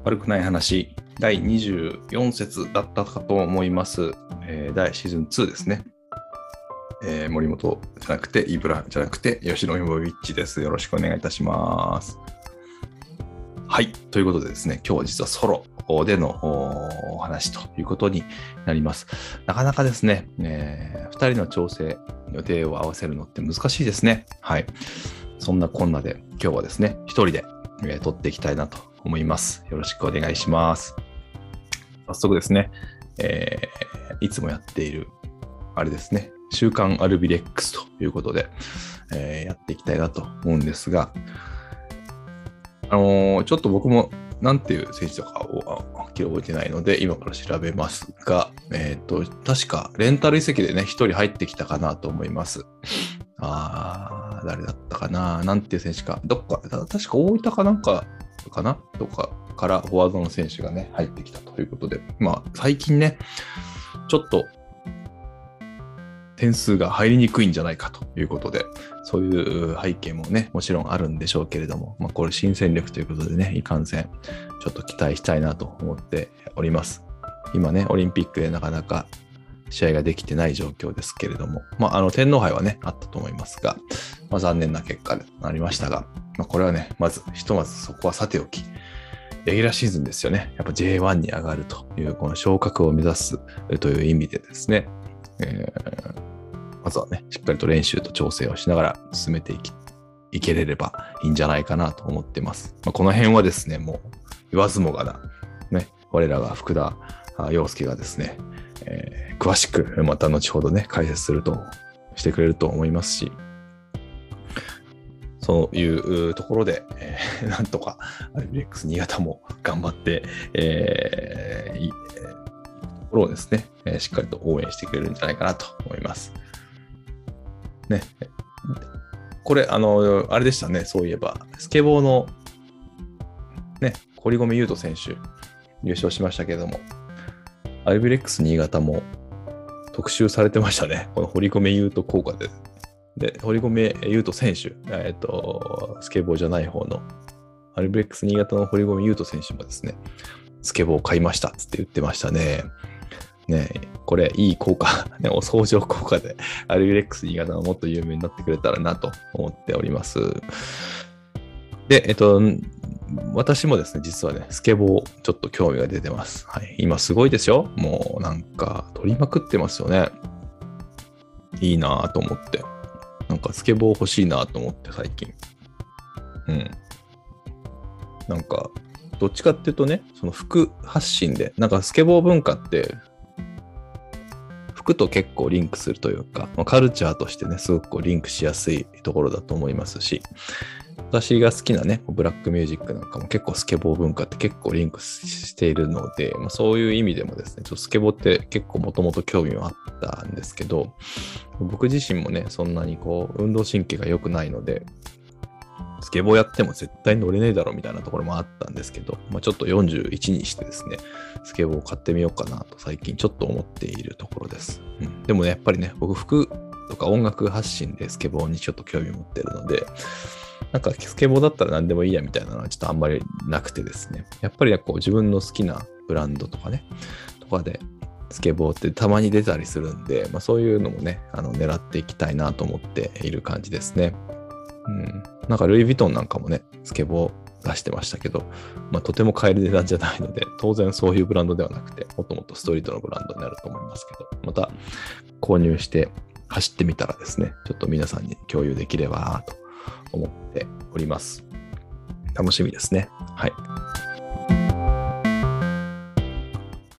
悪くない話、第24節だったかと思います。シーズン2ですね。森本じゃなくて、イブラじゃなくて、吉野ヨボビッチです。よろしくお願いいたします。はい。ということでですね、今日は実はソロでのお話ということになります。なかなかですね、2人の調整、予定を合わせるのって難しいですね。はい。そんなこんなで、今日はですね、一人で、撮っていきたいなと思います。よろしくお願いします。早速ですね、いつもやっている、あれですね、週刊アルビレックスということで、やっていきたいなと思うんですが、ちょっと僕もなんていう選手とかをはっきり覚えてないので、今から調べますが、確かレンタル移籍でね、一人入ってきたかなと思います。誰だったかな、なんていう選手か、確か大分かなんかかなとかからフォワードの選手がね、入ってきたということで、最近ね、ちょっと点数が入りにくいんじゃないかということで、そういう背景もね、もちろんあるんでしょうけれども、これ新戦力ということでね、いかんせん、ちょっと期待したいなと思っております。今ね、オリンピックでなかなか試合ができてない状況ですけれども、天皇杯はね、あったと思いますが、残念な結果となりましたが、これはね、ひとまずそこはさておき、レギュラーシーズンですよね。やっぱ J1 に上がるという、この昇格を目指すという意味でですね、まずはね、しっかりと練習と調整をしながら進めていけれればいいんじゃないかなと思っています。この辺はですね、もう言わずもがな、ね、我らが福田陽介がですね、詳しくまた後ほどね、解説してくれると思いますし、そういうところで、なんとかアルビレックス新潟も頑張って、いいところをですね、しっかりと応援してくれるんじゃないかなと思います。ね、これあれでしたね、そういえばスケボーのね、堀米雄斗選手優勝しましたけれども、アルビレックス新潟も特集されてましたね。この堀米雄斗効果で。で、堀米雄斗選手、スケボーじゃない方のアルビレックス新潟の堀米雄斗選手もですね、スケボーを買いましたって言ってましたね。ね、これいい効果、ね、お相乗効果でアルビレックス新潟がもっと有名になってくれたらなと思っております。で、私もですね、実はね、スケボーちょっと興味が出てます。はい、今すごいですよ。もうなんか取りまくってますよね。いいなぁと思って。なんかスケボー欲しいなぁと思って最近。なんか、どっちかっていうとね、その服発信で、なんかスケボー文化って、服と結構リンクするというか、カルチャーとしてね、すごくリンクしやすいところだと思いますし、私が好きなね、ブラックミュージックなんかも結構スケボー文化って結構リンクしているので、そういう意味でもですね、スケボーって結構もともと興味はあったんですけど、僕自身もね、そんなに運動神経が良くないので、スケボーやっても絶対乗れねえだろみたいなところもあったんですけど、ちょっと41にしてですね、スケボーを買ってみようかなと最近ちょっと思っているところです。でもね、やっぱりね、僕服とか音楽発信でスケボーにちょっと興味を持ってるので、なんかスケボーだったら何でもいいやみたいなのはちょっとあんまりなくてですね、やっぱりね、自分の好きなブランドとかね、とかでスケボーってたまに出たりするんで、そういうのもね、狙っていきたいなと思っている感じですね。なんかルイ・ヴィトンなんかもね、スケボー出してましたけど、とても買える値段じゃないので、当然そういうブランドではなくて、もっともっとストリートのブランドになると思いますけど、また購入して走ってみたらですね、ちょっと皆さんに共有できればと思っております。楽しみですね。はい。